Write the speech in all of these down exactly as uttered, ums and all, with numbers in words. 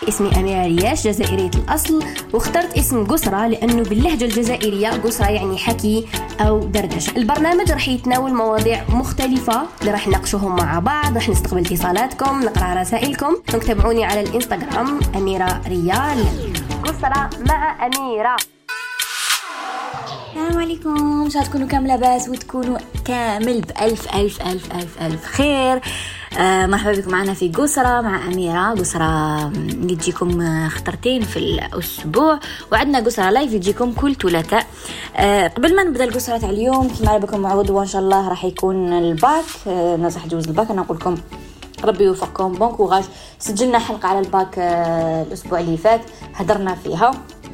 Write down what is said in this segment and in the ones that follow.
اسمي أميرة رياش، جزائرية الأصل، واخترت اسم قسرة لأنه باللهجة الجزائرية قسرة يعني حكي أو دردشة. البرنامج رح يتناول مواضيع مختلفة اللي رح نناقشوهم مع بعض، رح نستقبل اتصالاتكم، نقرأ رسائلكم. تابعوني على الإنستغرام أميرة ريال. قسرة مع أميرة. السلام عليكم، ان شاء الله تكونوا كامل لاباس وتكونوا كامل بألف ألف ألف ألف ألف خير. آه مرحبا بكم معنا في قسرة مع أميرة. قسرة اللي تجيكم خطرتين في الأسبوع، وعندنا قسرة لايف يجيكم كل ثلاثاء. آه قبل ما نبدأ القسرة تاع اليوم كما على بكم معود، وإن شاء الله راح يكون الباك. آه نصح جوز الباك، أنا أقول لكم ربي يوفقكم. بون كوراج. سجلنا حلقة على الباك آه الأسبوع اللي فات، هدرنا فيها،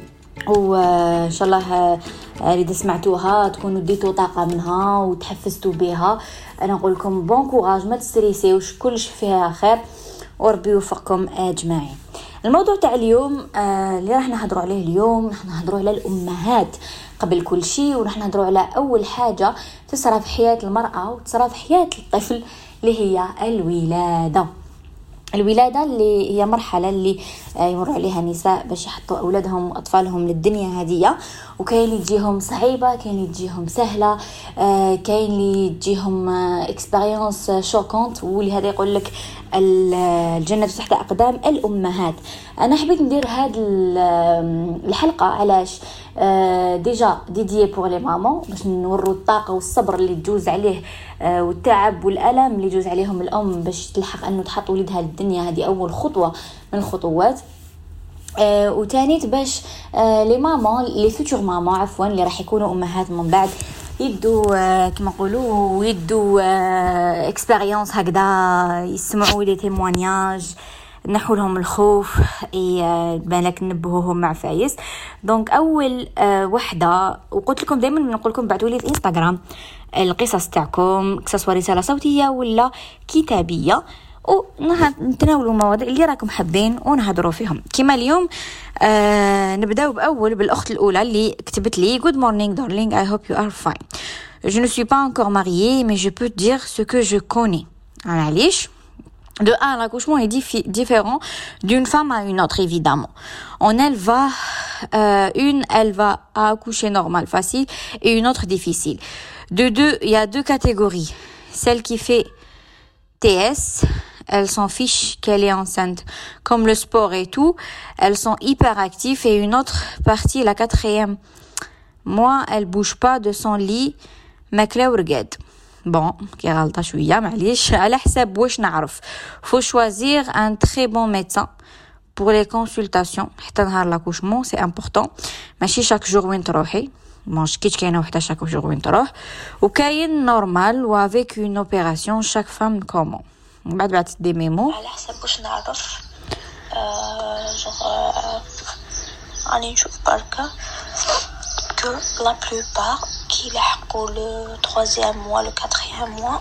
وإن شاء الله إذا سمعتوها تكونوا ديتوا طاقة منها وتحفزتوا بها. أنا أقول لكم بون كوراج، ما تستريسيوش، كلش فيها خير، وربي يوفقكم أجمعين. الموضوع تاع اليوم آه اللي راح نهضروا عليه اليوم، راح نهضروا على الأمهات قبل كل شيء، وراح نهضروا على أول حاجة تصرى في حياة المرأة وتصرى في حياة الطفل اللي هي الولادة. الولادة اللي هي مرحلة اللي يمر عليها النساء باش يحطوا أولادهم وأطفالهم للدنيا هذه، وكاين اللي تجيهم صعيبة، كاين اللي تجيهم سهلة، كاين اللي تجيهم اكسبيرينس شوكونت، واللي هذا يقول لك الجنة تحت أقدام الأمهات. أنا حبيت ندير هذه الحلقة علاش ديجا ديديي بور لي مامون، باش نوروا الطاقة والصبر اللي تجوز عليه والتعب والألم اللي يجوز عليهم الأم باش تلحق أنه تحط ولدها للدنيا. هذه أول خطوة من الخطوات. آه وتانيت باش آه لي ماما لي فيتور ماما عفوا اللي راح يكونوا أمهات من بعد يدوا آه كما نقولوا يدوا آه اكسبيرينس هكذا، يسمعوا لي تيموانياج، نحو لهم الخوف، بالك ننبهوهم مع فايس. دونك اول أه وحده، وقلت لكم دائما نقول لكم بعثوا لي في انستغرام القصص تاعكم، سواء رساله صوتيه ولا كتابيه، ونتناولوا المواضيع اللي راكم حابين ونهضروا فيهم. كما اليوم أه نبداو باول بالاخت الاولى اللي كتبت لي: Good morning darling, I hope you are fine. Je ne suis pas encore mariée mais je peux te dire ce que je connais. علاش؟ De un, l'accouchement est diffi- différent d'une femme à une autre, évidemment. En elle va, euh, une, elle va accoucher normal, facile, et une autre difficile. De deux, il y a deux catégories. Celle qui fait T S, elle s'en fiche qu'elle est enceinte. Comme le sport et tout, elles sont hyper actives. Et une autre partie, la quatrième mois, elle bouge pas de son lit, ماكلة ورقاد. Bon, كي غلطة شوية معليش، على حساب واش نعرف. Faut choisir un très bon médecin pour les consultations حتى نهار l'accouchement, c'est important. ماشي شاك جور وين تروحي، ماش كيش كاينة وحدة شاك جور وين تروح، وكاين نورمال و avec une opération chaque femme comment. بعد بعد دي ميمو على حساب واش نعرف. euh genre راني نشوف بركة que la plupart qui يلحقوا le troisième mois le quatrième mois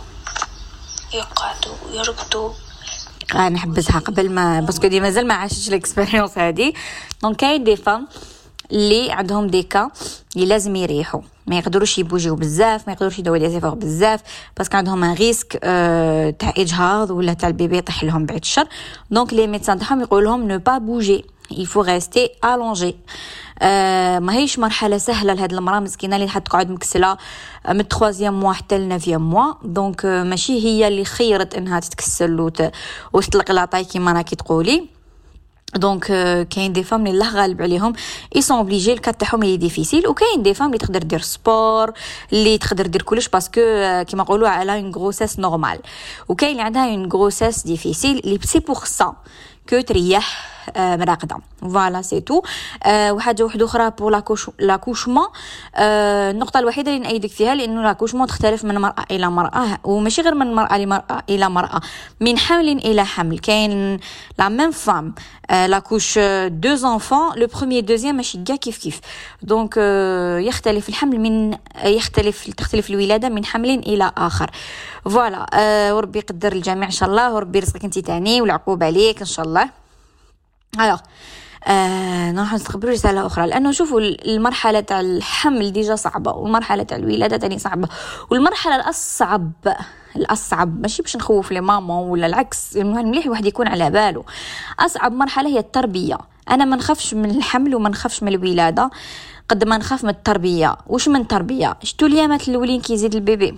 يقعدوا يرقدوا. انا نحبسها قبل ما باسكو دي مازال ما عاشتش الاكسبيريونس هذه. دونك كاين دي فام اللي عندهم دي كا اللي لازم يريحوا، ما يقدروش يبوجيو بزاف، ما يقدروش يداو لي زيفور بزاف، باسكو عندهم ان ريسك أه تاع اجهاض ولا تاع البيبي يطيح لهم بعد الشر. دونك لي ميدسان تاعهم يقول لهم نو با بوجي، il faut rester allongé. آه ما هيش مرحله سهله لهاد المراه مسكينه اللي حد تقعد مكسله من الثلاثيام موا حتى النافيام موا. دونك آه ماشي هي اللي خيرت انها تتكسل وت... وتطلق لاطاي كيما راكي تقولي. دونك آه كاين دي فام اللي الله غالب عليهم اي سون اوبليجي الكات تاعهم لي ديفيسيل، وكاين دي فام اللي تقدر دير سبور، اللي تقدر دير كلش باسكو آه كيما نقولوا على اون غروسيس نورمال، وكاين اللي عندها اون غروسيس ديفيسيل اللي سي بور سا كو تريح آه مراقده. فوالا سي تو. آه وحاجه واحده اخرى بور لاكوش لاكوشمون. آه النقطه الوحيده اللي نأيدك فيها لانه لاكوشمون تختلف من مراه الى مراه، وماشي غير من مراه لمراه الى مراه، من حمل الى حمل. كاين لا ميم فام آه لاكوش دو زانفون، لو بروميير دوزيام ماشي كاع كيف كيف. دونك آه يختلف الحمل من يختلف تختلف الولاده من حمل الى اخر. فوالا آه وربي يقدر الجميع ان شاء الله، وربي يرزقك انت تاني والعقوب عليك ان شاء الله. الوغ آه نروح نستقبلوا رسالة أخرى، لأنه شوفوا المرحلة تاع الحمل ديجا صعبة، والمرحلة تاع الولادة تاني صعبة، والمرحلة الأصعب الاصعب ماشي باش نخوف لي ماما ولا العكس، المهم مليح واحد يكون على باله. اصعب مرحله هي التربيه. انا ما نخافش من الحمل وما نخافش من الولاده قد ما نخاف من التربيه. واش من تربيه؟ شتو اليامات الاولين كيزيد البيبي،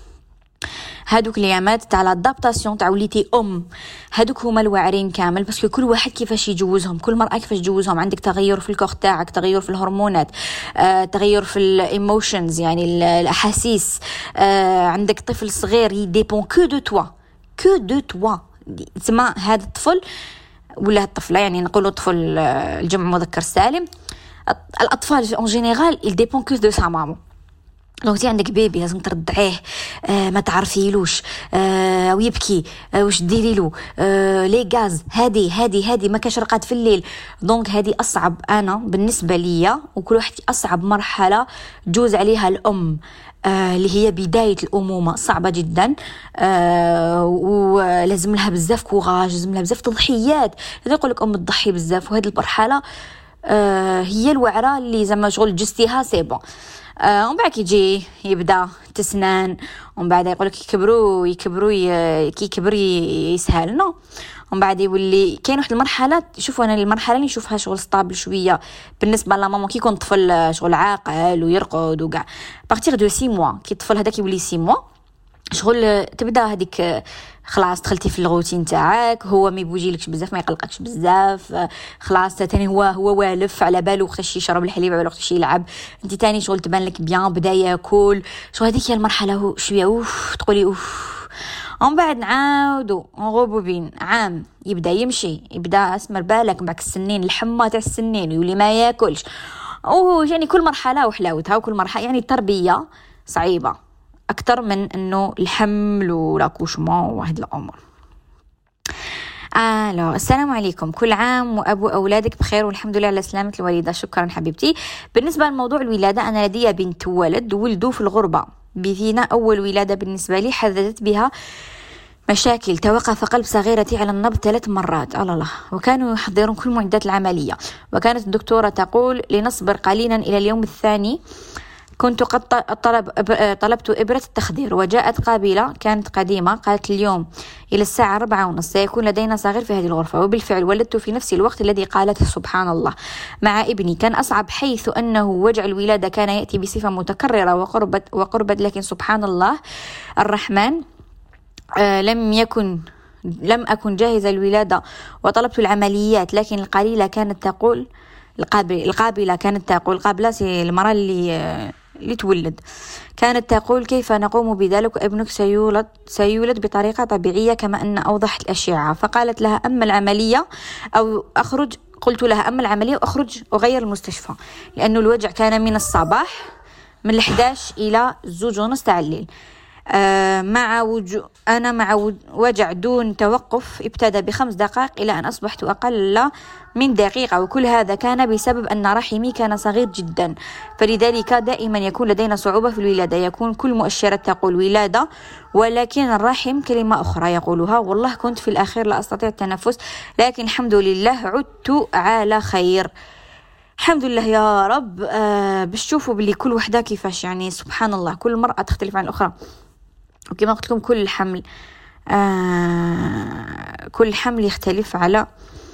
هادوك اليامات تاع لادابطاسيون تاع وليتي ام، هادوك هما الواعرين كامل، باسكو كل واحد كيفاش يجوزهم، كل مرأة كيفاش تجوزهم. عندك تغير في الكوخ تاعك، تغير في الهرمونات، آه، تغير في الايموشنز يعني الاحاسيس، آه، عندك طفل صغير يديبون كو دو توا كو دو توا تسمى هذا الطفل ولا الطفله، يعني نقولوا طفل الجمع مذكر سالم. الاطفال اون جينيرال ils dépendent que de sa maman. لو تي عندك بيبي لازم ترضعيه، آه ما تعرفيلوش، آه ويبكي، آه واش ديري له، آه لي غاز، هادي هادي هادي ما كاش رقاد في الليل. دونك هادي اصعب انا بالنسبه ليا، وكل واحد اصعب مرحله جوز عليها الام، آه اللي هي بدايه الامومه، صعبه جدا. آه ولازم لها بزاف كوراج، لازم لها بزاف تضحيات. هذا يقول لك ام تضحي بزاف، وهذه المرحله آه هي الوعره اللي زعما شغل جستيها سي بون. آه ومن بعد كيجي يبدا تسنان، ومن بعد يقول لك يكبروا يكبروا كي يكبر يسهل نو. ومن بعد يولي كاين واحد المرحله، شوفوا انا المرحله اللي نشوفها شغل ستابل شويه بالنسبه لماما كي يكون طفل شغل عاقل ويرقد وكاع، بارتيغ دو ستة موا كي الطفل هذاك يولي ستة موا شغل تبدا هذيك خلاص دخلتي في الروتين تاعك، هو ما يبوجيلكش بزاف، ما يقلقكش بزاف، خلاص تاني هو هو والف على باله وقتاش يشرب الحليب، على وقتاش يلعب، انت تاني شغل تبان لك بيان، بدا ياكل شغل. هذيك هي المرحله شويه اوف تقولي اوف. ومن بعد نعاودو غوبوبين عام يبدا يمشي، يبدا اسمر بالك معك السنين، الحمى تاع السنين، يولي ما ياكلش. او يعني كل مرحله وحلاوتها، وكل مرحله يعني التربيه صعيبه اكثر من انه الحمل ولاكوشمون وهاد الامور. الو السلام عليكم، كل عام وابو اولادك بخير والحمد لله على سلامه الوالده. شكرا حبيبتي. بالنسبه لموضوع الولاده، انا لدي بنت ولد ولدوا في الغربه بثينا. اول ولاده بالنسبه لي حدثت بها مشاكل، توقف قلب صغيرتي على النبض ثلاث مرات الله، وكانوا يحضرون كل معدات العمليه، وكانت الدكتوره تقول لنصبر قليلا. الى اليوم الثاني كنت قد طلب طلبت إبرة التخدير وجاءت قابلة، كانت قديمة، قالت اليوم إلى الساعة أربعة ونص سيكون لدينا صغير في هذه الغرفة. وبالفعل ولدت في نفس الوقت الذي قالته سبحان الله مع ابني. كان أصعب حيث أنه وجع الولادة كان يأتي بصفة متكررة وقربت, وقربت لكن سبحان الله الرحمن آه لم يكن لم أكن جاهزة للولادة وطلبت العمليات، لكن القليلة كانت تقول القابلة, القابلة كانت تقول قابلة المرأة اللي آه اللي تولد كانت تقول كيف نقوم بذلك وابنك سيولد سيولد بطريقة طبيعية كما أن أوضحت الأشعة. فقالت لها أما العملية أو أخرج. قلت لها أما العملية وأخرج وغير المستشفى، لأنه الوجع كان من الصباح من الحداش إلى الزوج ونص تاع الليل. آه مع وجو أنا مع وجع دون توقف ابتدى بخمس دقائق إلى أن أصبحت أقل من دقيقة، وكل هذا كان بسبب أن رحمي كان صغير جدا، فلذلك دائما يكون لدينا صعوبة في الولادة. يكون كل مؤشرات تقول ولادة، ولكن الرحم كلمة أخرى يقولها. والله كنت في الأخير لا أستطيع التنفس، لكن الحمد لله عدت على خير. الحمد لله يا رب. آه باش تشوفوا بلي كل وحدة كيفاش، يعني سبحان الله كل مرأة تختلف عن الأخرى. وكما قلت لكم كل حمل آه كل حمل يختلف على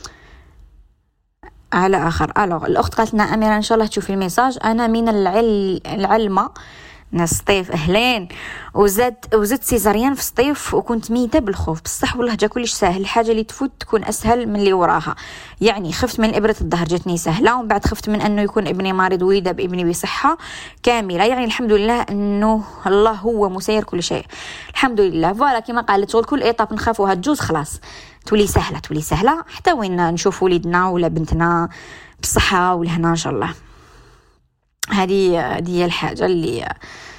على آخر. ألوغ الأخت قالت لنا أميرة إن شاء الله تشوفي الميساج. أنا من العل... العلمة ناس سطيف أهلين، وزاد وزدت سيزاريان في سطيف وكنت ميتة بالخوف. بصح والله جا كلش سهل، الحاجة اللي تفوت تكون أسهل من اللي وراها. يعني خفت من إبرة الظهر جاتني سهلة، ومن بعد خفت من أنه يكون ابني مريض ويدا بابني بصحة كاملة. يعني الحمد لله أنه الله هو مسير كل شيء الحمد لله. فوالا كما قالت شغل كل إيطاب نخافوها تجوز خلاص تولي سهلة تولي سهلة حتى وين نشوف وليدنا ولا بنتنا بصحة والهنا إن شاء الله. هذه هذه الحاجة اللي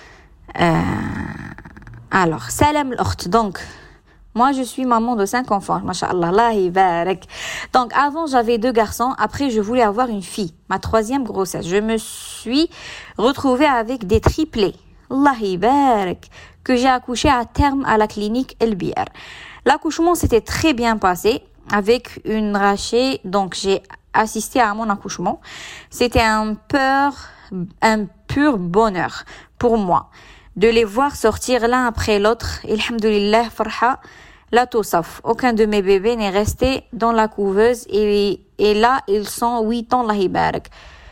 alors سلام الأخت. donc moi je suis maman de cinq enfants machallah Allah يبارك. donc avant j'avais deux garçons, après je voulais avoir une fille, ma troisième grossesse je me suis retrouvée avec des triplés Allah يبارك que j'ai accouché à terme à la clinique El Biar. L'accouchement s'était très bien passé avec une rachée, donc j'ai assisté à mon accouchement. C'était un pur, un pur bonheur pour moi. de les voir sortir l'un après l'autre. Alhamdoulilah, farha la توصف. Aucun de mes bébés n'est resté dans la couveuse et, et là ils sont huit ans, Allah يبارك.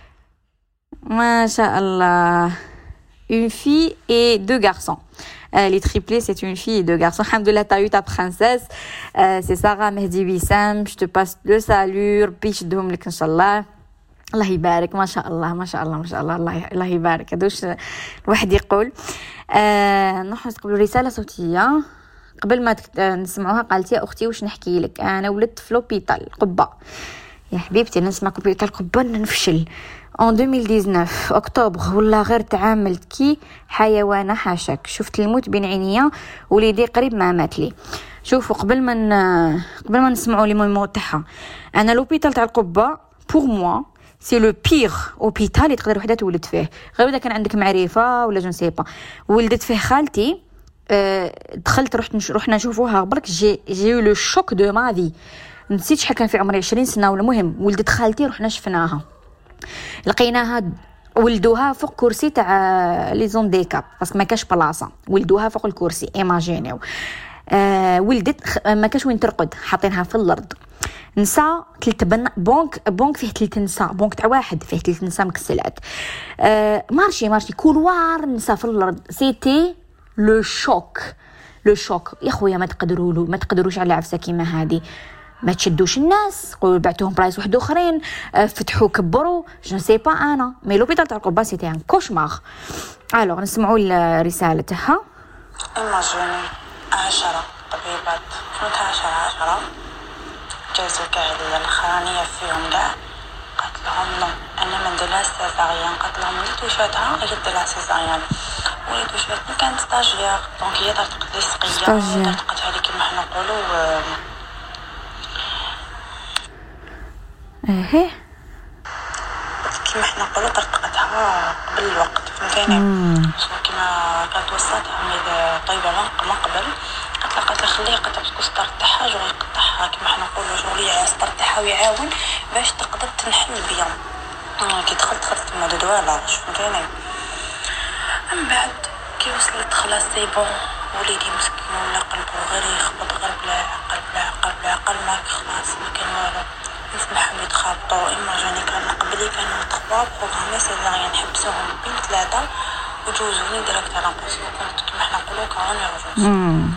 Masha'Allah. Une fille et deux garçons. Euh, les triplés, c'est une fille et deux garçons. Alhamdoulilah, t'as eu ta princesse. Euh, c'est Sarah Mehdi Wissam. Je te passe le salut. Rabbi يشدهم لك إن شاء الله. الله يبارك. ما شاء الله ما شاء الله ما شاء الله. الله الله يبارك. هذوش الواحد يقول. آه نروح نقبل رسالة صوتية. قبل ما نسمعوها قالت يا أختي وش نحكي لك. أنا ولدت في لوبيتال قبة. يا حبيبتي نسمع لوبيتال قبة نفشل. en deux mille dix-neuf أكتوبر والله غير تعاملت كي حيوانة حاشاك. شفت الموت بين عينيا وليدي قريب ما مات لي. شوفوا قبل ما قبل ما نسمعوا لي مو تاعها انا لوبيتال تاع القبة بور موا سي لو بيغ اوبيتال اللي تقدر وحده تولد فيه. غير اذا كان عندك معرفه ولا جون سي با. ولدت فيه خالتي. أه دخلت رحت نش... رحنا نشوفوها برك جي جي لو شوك دو ما في. نسيت شحال كان في عمري عشرين سنه ولا مهم. ولدت خالتي رحنا شفناها لقيناها ولدوها فوق كرسي تاع لي زون ديكاب باسكو ما كاش بلاصه. ولدوها فوق الكرسي ايماجينيو. أه ولدت ما كاش وين ترقد حاطينها في الارض. نساء ثلاث بن بونك بونك فيه ثلاث نساء. بونك تاع واحد فيه ثلاث نساء مكسلات. أه مارشي مارشي كولوار نساء في الارض. سيتي لو شوك لو شوك يا خويا. ما تقدروا له ما تقدروش على عفسه كيما هذه. ما تشدوش الناس. قولوا بعتوهم برايس واحد اخرين. أه فتحوا كبروا جو سي با انا مي لوبيتال تاع القبه سيتي ان كوشمار. الوغ نسمعوا الرساله تاعها. ايماجيني عشرة طبيبات كنت عشرة عشرة جازوا كاع الاخرانيه فيهم كاع. قالت لهم نو انا ما نديرلهاش سيزاريان. قالت لهم وليت وشاتها هي ديرلها سيزاريان. وليت وشاتني كانت ستاجير دونك هي طرطقت لي سقيه طرطقت علي كيما حنا نقولوا ايه كيما حنا نقولوا طرطقتها قبل الوقت فهمتيني. كيما كانت وصلتها مي طيبه من قبل. قالت لها قالت لها خليها قالت باسكو السطر تاعها جو يقطعها كيما حنا نقولوا شغل السطر تاعها ويعاون باش تقدر تنحل بيان. كي دخلت دخلت مود دوالا فهمتيني. من بعد كي وصلت خلاص سي بون وليدي مسكين ولا قلبه غير يخبط غير بلا عقل بلا عقل بلا عقل ما خلاص ما كان والو. نسمعهم يتخابطوا. ايماجيني كان قبلي كانوا تخوا بروغرامي سيزاريان نحبسوهم بين ثلاثه وجوزوني ديريكت على نقص. كنت كيما حنا نقولوا كانوني رجوز.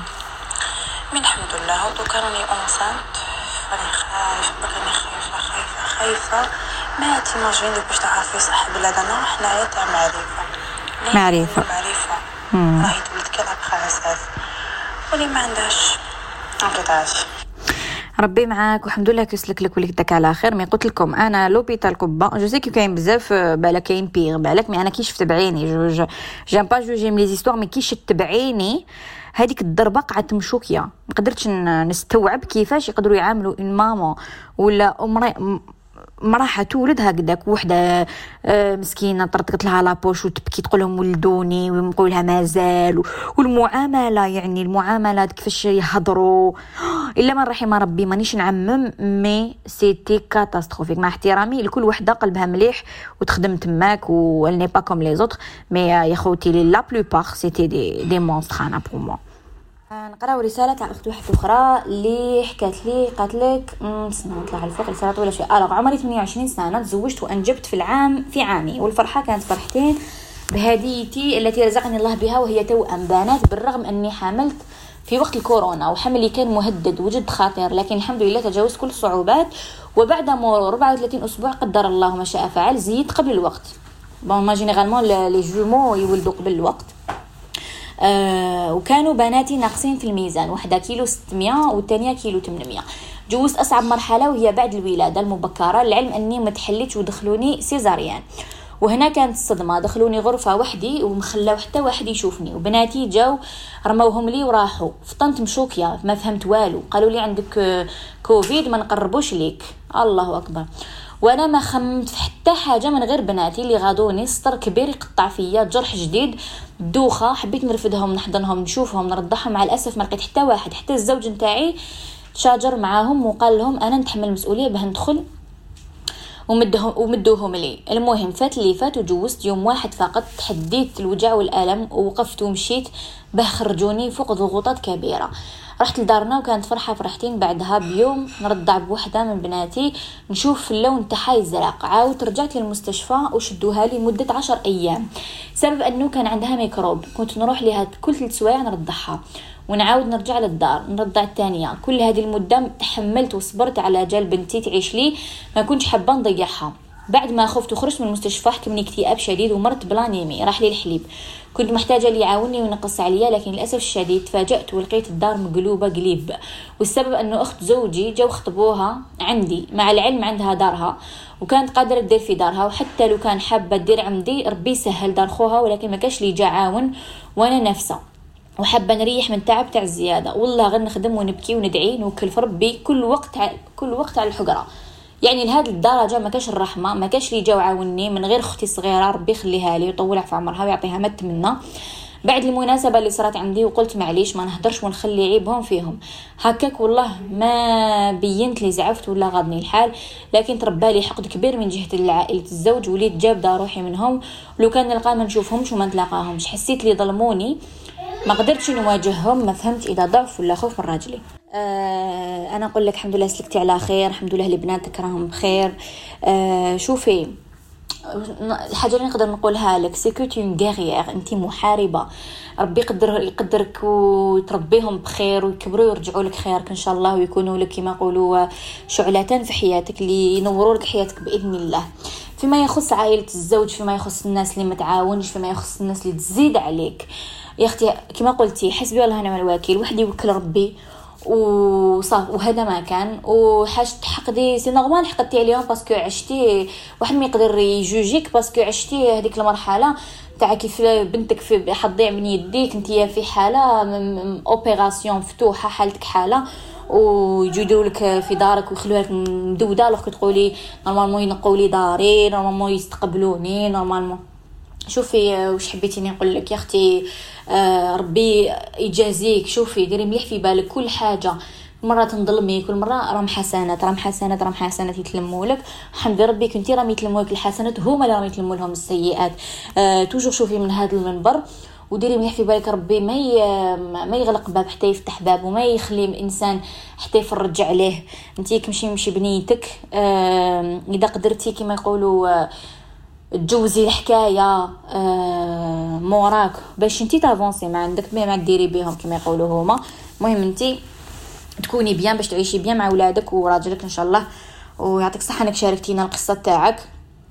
من الحمد لله ودو كانوني اونسانت. راني خايفه راني خايفه خايفه خايفه ما تيماجيني باش تعرفي صح بلادنا حنايا تاع معرفه معرفه معرفه راهي تولد كذا بخا اساس ولي ما عندهاش ما عرفتهاش. ربي معاك والحمد لله كيسلك لك وليك داك على خير. مي قلت لكم انا لوبيتال قبه جو سي كي كاين بزاف بالك كاين بيغ بالك مي انا كي شفت بعيني جو جيم با جوجي مي لي زيستوار مي كي شفت بعيني هذيك الضربه قعدت مشوكيه. ما قدرتش نستوعب كيفاش يقدروا يعاملوا ان ماما ولا ام مرحة تولد هكذاك وحده مسكينه طرطقت لها لابوش وتبكي تقول لهم ولدوني ونقول لها مازال. والمعامله يعني المعامله كيفاش يهضروا الا من رحم ربي مانيش نعمم مي سيتي كاتاستروفيك. مع احترامي لكل وحده قلبها مليح وتخدم تماك و elle n'est pas comme les autres مي يا خوتي لا plupart c'était des des monstres انا pour moi. نقراو رساله تاع اخت واحده اخرى اللي حكات لي قالت لك نسمع نطلع الفوق رساله طويله شويه. الوغ عمري ثمانية وعشرين سنه تزوجت وانجبت في العام في عامي والفرحه كانت فرحتين بهديتي التي رزقني الله بها وهي توأم بنات. بالرغم اني حملت في وقت الكورونا وحملي كان مهدد وجد خطير لكن الحمد لله تجاوزت كل الصعوبات. وبعد مرور أربعة وثلاثين اسبوع قدر الله ما شاء فعل زيد قبل الوقت. بون ما جينيرالمون لي جومو يولدوا قبل الوقت. آه وكانوا بناتي ناقصين في الميزان. واحدة كيلو ستمية والثانية كيلو ثمانمية. جوزت أصعب مرحلة وهي بعد الولادة المبكرة. العلم أني ما تحليتش ودخلوني سيزاريان وهنا كانت الصدمة. دخلوني غرفة وحدي ومخلاو حتى واحد يشوفني وبناتي جاو رموهم لي وراحوا. فطنت مشوكية ما فهمت والو. قالوا لي عندك كوفيد ما نقربوش ليك. الله أكبر. وانا ما خممت في حتى حاجه من غير بناتي اللي غادوني. سطر كبير يقطع فيا جرح جديد دوخه. حبيت نرفدهم نحضنهم نشوفهم نرضعهم. مع الاسف ما لقيت حتى واحد. حتى الزوج نتاعي تشاجر معاهم وقال لهم انا نتحمل المسؤوليه باه ندخل ومدهم ومدوهم لي. المهم فات اللي فات وجوزت يوم واحد فقط، تحديت الوجع والألم ووقفت ومشيت به خرجوني فوق ضغوطات كبيرة. رحت لدارنا وكانت فرحة فرحتين. بعدها بيوم نرضع بوحدة من بناتي نشوف اللون تاعها يزرق. عاود رجعت للمستشفى وشدوها لي مدة عشر أيام سبب أنه كان عندها ميكروب. كنت نروح لها كل ثلاث سوايع نرضعها ونعاود نرجع للدار نرضع الثانية. كل هذه المدة تحملت وصبرت على جال بنتي تعيش لي، ما كنتش حابة نضيعها. بعد ما خفت وخرجت من المستشفى حكمني اكتئاب شديد ومرت بلانيمي، راح لي الحليب. كنت محتاجة اللي يعاوني وينقص عليا، لكن للأسف الشديد تفاجأت ولقيت الدار مقلوبة قليب. والسبب أنه أخت زوجي جو خطبوها عندي، مع العلم عندها دارها وكانت قادرة تدير في دارها، وحتى لو كان حابة تدير عندي ربي سهل دار خوها، ولكن ما كاش لي جا عاون وانا نفسه وحابة نريح من تعب تاع الزيادة. والله غير نخدم ونبكي وندعي نوكل في ربي كل وقت ع... كل وقت على الحجرة. يعني لهذه الدرجة ما كاش الرحمة، ما كاش لي جاو عاوني من غير اختي الصغيرة ربي يخليها لي ويطولها في عمرها ويعطيها ما تمنى. بعد المناسبة اللي صارت عندي وقلت معليش ما نهدرش ونخلي عيبهم فيهم هكاك، والله ما بينت لي زعفت ولا غضني الحال، لكن تربى لي حقد كبير من جهة العائلة الزوج وليت جابدة روحي منهم. ولو كان نلقى ما نشوفهمش وما نتلاقاهمش، حسيت لي ظلموني ما قدرتش نواجههم، ما فهمت إذا ضعف ولا خوف من راجلي. آه أنا أقول لك الحمد لله سلكتي على خير، الحمد لله لبناتك راهم بخير. آه شوفي الحاجة اللي نقدر نقولها لك سيكوتي مغيغ، أنتي محاربة، ربي يقدر يقدرك وتربيهم بخير ويكبروا ويرجعوا لك خيرك إن شاء الله، ويكونوا لك كما يقولوا شعلتان في حياتك اللي ينوروا لك حياتك بإذن الله. فيما يخص عائلة الزوج، فيما يخص الناس اللي متعاونش، فيما يخص الناس اللي تزيد عليك، يا اختي كما قلتي حسبي الله ونعم الوكيل، وحدي يوكل ربي وصاف. وهذا ما كان وحاجه حقدي سي نورمال حقدتي عليهم باسكو عشتي، واحد ما يقدر يجوجيك باسكو عشتي هذيك المرحله تاع كيف بنتك في حضيع من يديك انتيا في حاله اوبيراسيون مفتوحه حالتك حاله، ويجوا يديروا لك في دارك ويخلوها لك مدوده، لو كتقولي نورمالمون ينقوا لي داري، نورمالمون يستقبلوني، نورمالمون. شوفي واش حبيتيني نقول لك يا اختي، آه ربي يجازيك. شوفي ديري مليح في بالك كل حاجه، مره تنظلمي كل مره راهم حسنات راهم حسنات راهم حسنات يتلموا لك. الحمد لله ربي كنتي راهم يتلموا لك الحسنات، هما اللي راهم يتلموا لهم السيئات. آه توجور شوفي من هذا المنبر وديري مليح في بالك، ربي ما ما يغلق باب حتى يفتح باب، وما يخلي الانسان حتى يفرج عليه. انتي كمشي مشي بنيتك، آه اذا قدرتي كما يقولوا آه تجوزي الحكايه آه موراك باش انتي تافونسي ما عندك ما ديري بهم كما يقولوا هما. المهم انتي تكوني بيان باش تعيشي بيان مع اولادك وراجلك ان شاء الله، ويعطيك الصحه انك شاركتينا القصه تاعك.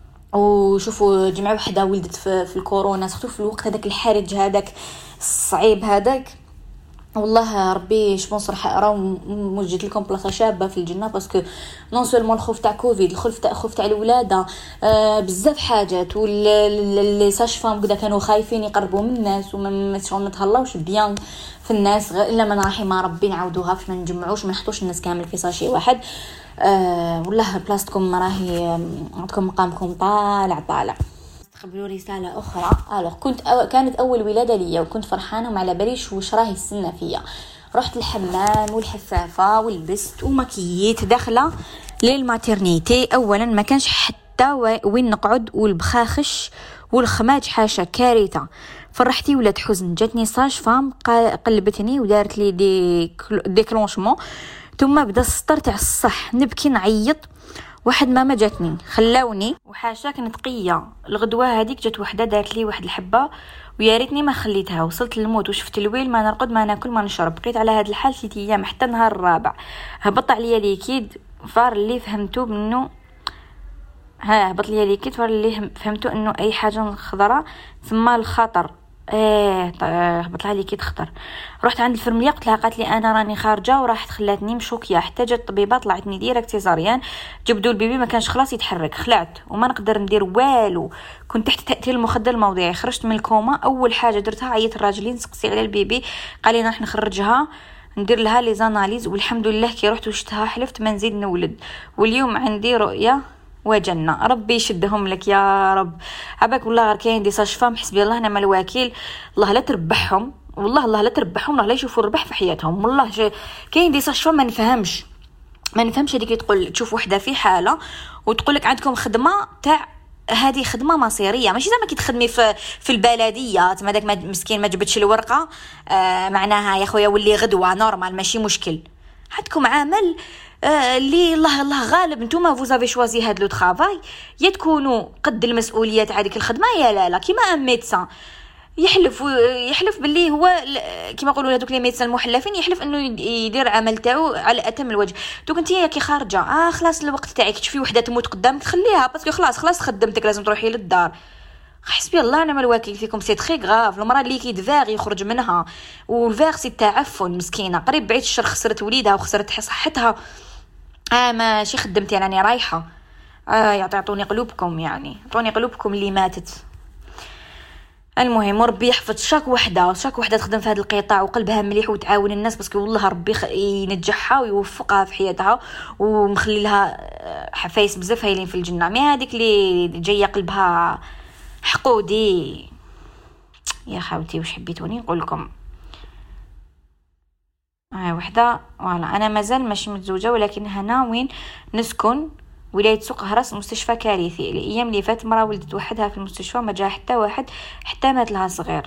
وشوفوا جمعه وحده ولدت في, في الكورونا، سورتو في الوقت هذاك الحرج هذاك الصعيب هذاك، والله ربي شبون صراحه راه موجد لكم بلاصه شابه في الجنه، باسكو نون سولمون الخوف تاع كوفيد، الخوف تاع خوف تاع الولاده، آه بزاف حاجات، واللي ساش فام كذا كانوا خايفين يقربوا من الناس وما ما تهلاوش بيان في الناس، الا من رحم ربي نعاودوها باش ما نجمعوش ما نحطوش الناس كامل في ساشي واحد. آه والله بلاصتكم راهي عندكم مقامكم طالع طالع. قبلوا رسالة أخرى. ألوغ كنت أو... كانت أول ولادة لي وكنت فرحانة وما على باليش واش راهي السنة فيا. رحت الحمام والحفافة ولبست ومكييت داخلة للماتيرنيتي. أولا ما كانش حتى وين نقعد، والبخاخش والخماج حاشا كارثة. فرحتي ولات حزن. جاتني ساج فام قلبتني ودارت لي دي ديكلونشمون، ثم بدا السطر تاع الصح. نبكي نعيط، واحد ما ما جاتني خلاوني وحاشاك نتقيه. الغدوه هذيك جات وحده دارت لي واحد الحبه ويا ريتني ما خليتها. وصلت للموت وشفت الويل، ما نرقد ما ناكل ما نشرب. بقيت على هذا الحال ثلاث ايام حتى النهار الرابع هبط عليا ليكيد فار اللي فهمته منه ها هبط ليا ليكيد فار اللي فهمته انه اي حاجه خضراء ثم الخطر. ايه هبط لها ليكيد خطر. رحت عند الفرمليه قلت لها، قالت لي انا راني خارجه، وراحت خلاتني مشوكيه. حتى جات الطبيبه طلعتني ديريكت سيزاريان، جبدوا البيبي ما كانش خلاص يتحرك. خلعت وما نقدر ندير والو، كنت تحت تاثير المخدر الموضعي. خرجت من الكوما، اول حاجه درتها عيط الراجلين نسقسي على البيبي، قال لي راح نخرجها ندير لها لي زاناليز. والحمد لله كي رحت وشتها حلفت ما نزيد نولد. واليوم عندي رؤيه وجنة. ربي يشدهم لك يا رب. عباك والله غير كاين دي ساشفام حسبي الله نعم الوكيل، الله لا تربحهم، والله الله لا تربحهم، الله لا يشوفوا الربح في حياتهم. والله كاين دي ساشفام ما نفهمش ما نفهمش هذيك اللي تقول تشوف وحده في حاله وتقول لك عندكم خدمه تاع هذه خدمه مصيريه، ماشي زعما كي تخدمي في في البلديه تما داك مسكين ما جبتش الورقه آه معناها يا خويا ولي غدوه نورمال ماشي مشكل. عندكم عمل آه اللي الله الله غالب نتوما فوزافي شوازي هاد لو طرافاي، يا تكونوا قد المسؤوليه تاع هذيك الخدمه يا لا لا. كيما ان ميدسان يحلف يحلف باللي هو كيما يقولوا هذوك لي ميدسان المحلفين، يحلف انه يدير عمل تاعو على اتم الوجه. دوك انت كي خارجه اه خلاص الوقت تاعك تشوفي وحده تموت قدامك تخليها باسكو خلاص خلاص خدمتك لازم تروحي للدار. حسبي الله ونعم الوكيل فيكم. سي تري غاف المراه اللي كي دفاغ يخرج منها والفاغ سي تعفن مسكينه قريب بعيد الشر خسرت وليدها وخسرت صحتها. اه ماشي خدمتي انا راني رايحه اه يعطوني قلوبكم يعني عطوني قلوبكم اللي ماتت. المهم ربي يحفظ شاك وحده شاك وحده تخدم في هذا القطاع وقلبها مليح وتعاون الناس باسكو والله ربي ينجحها ويوفقها في حياتها ومخلي لها حفايس بزاف هايلين في الجنه. مي هذيك اللي جايه قلبها حقودي يا خاوتي واش حبيتوني نقول لكم. هاي وحده فوالا انا مازال ماشي متزوجه ولكن هنا وين نسكن ولاية سوق هرس مستشفى كارثي. الايام اللي فات مرا ولدت وحدها في المستشفى ما جا حتى واحد حتى مات لها صغير.